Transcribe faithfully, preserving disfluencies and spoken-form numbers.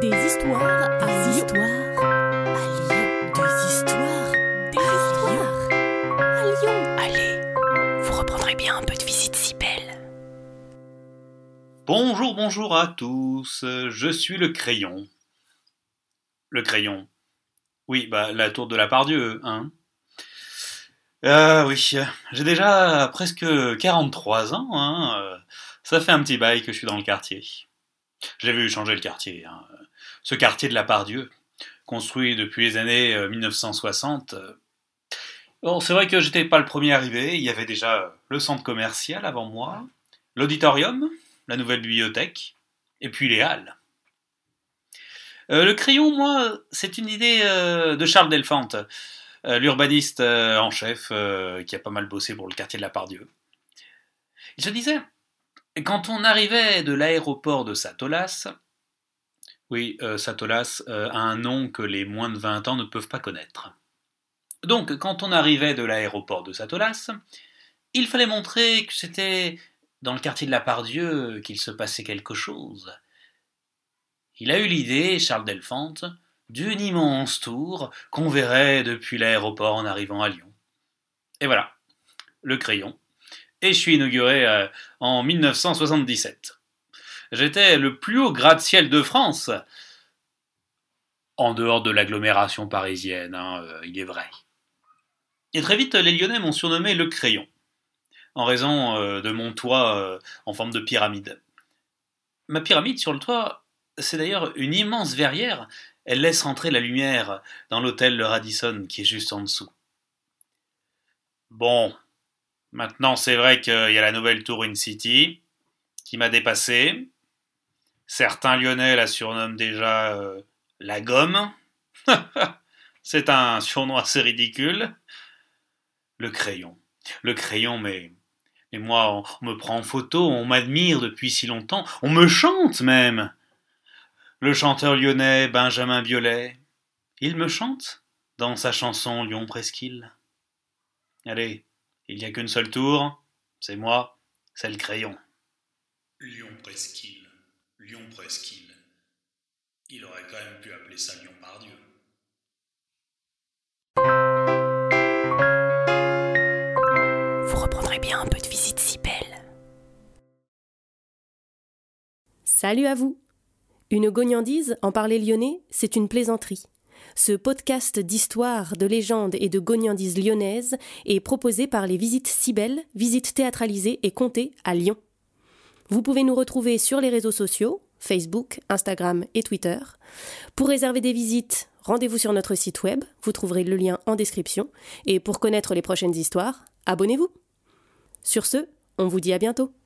Des histoires, des histoires à Lyon. Des histoires, des histoires à Lyon. Allez, vous reprendrez bien un peu de visite si belle. Bonjour, bonjour à tous, je suis le crayon. Le crayon. Oui, bah la tour de la Pardieu, hein. Ah oui, j'ai déjà presque quarante-trois ans, hein. Ça fait un petit bail que je suis dans le quartier. J'ai vu changer le quartier, hein. Ce quartier de la Pardieu, construit depuis les années mille neuf cent soixante. Bon, c'est vrai que j'étais pas le premier arrivé, il y avait déjà le centre commercial avant moi, l'auditorium, la nouvelle bibliothèque, et puis les halles. Euh, le crayon, moi, c'est une idée euh, de Charles Delphante, euh, l'urbaniste euh, en chef, euh, qui a pas mal bossé pour le quartier de la Pardieu. Il se disait, quand on arrivait de l'aéroport de Satolas, oui, euh, Satolas euh, a un nom que les moins de vingt ans ne peuvent pas connaître. Donc, quand on arrivait de l'aéroport de Satolas, il fallait montrer que c'était dans le quartier de la Pardieu qu'il se passait quelque chose. Il a eu l'idée, Charles Delphante, d'une immense tour qu'on verrait depuis l'aéroport en arrivant à Lyon. Et voilà, le crayon. Et je suis inauguré euh, en mille neuf cent soixante-dix-sept. J'étais le plus haut gratte-ciel de France, en dehors de l'agglomération parisienne, hein, euh, il est vrai. Et très vite, les Lyonnais m'ont surnommé le crayon, en raison euh, de mon toit euh, en forme de pyramide. Ma pyramide sur le toit, c'est d'ailleurs une immense verrière. Elle laisse rentrer la lumière dans l'hôtel Le Radisson qui est juste en dessous. Bon, maintenant c'est vrai qu'il y a la nouvelle tour InCity qui m'a dépassé. Certains Lyonnais la surnomment déjà euh, la gomme. C'est un surnom assez ridicule. Le crayon. Le crayon, mais... Mais moi, on me prend en photo, on m'admire depuis si longtemps, on me chante même. Le chanteur lyonnais Benjamin Biolay, il me chante dans sa chanson Lyon Presqu'île. Allez, il n'y a qu'une seule tour, c'est moi, c'est le crayon. Lyon Presqu'île, Lyon Presqu'île. Il aurait quand même pu appeler ça Lyon Pardieu. Vous reprendrez bien un peu de visite si belle. Salut à vous. Une gognandise, en parler lyonnais, c'est une plaisanterie. Ce podcast d'histoire, de légendes et de gognandises lyonnaises est proposé par les Visites si belles, visites théâtralisées et contées à Lyon. Vous pouvez nous retrouver sur les réseaux sociaux, Facebook, Instagram et Twitter. Pour réserver des visites, rendez-vous sur notre site web, vous trouverez le lien en description. Et pour connaître les prochaines histoires, abonnez-vous. Sur ce, on vous dit à bientôt.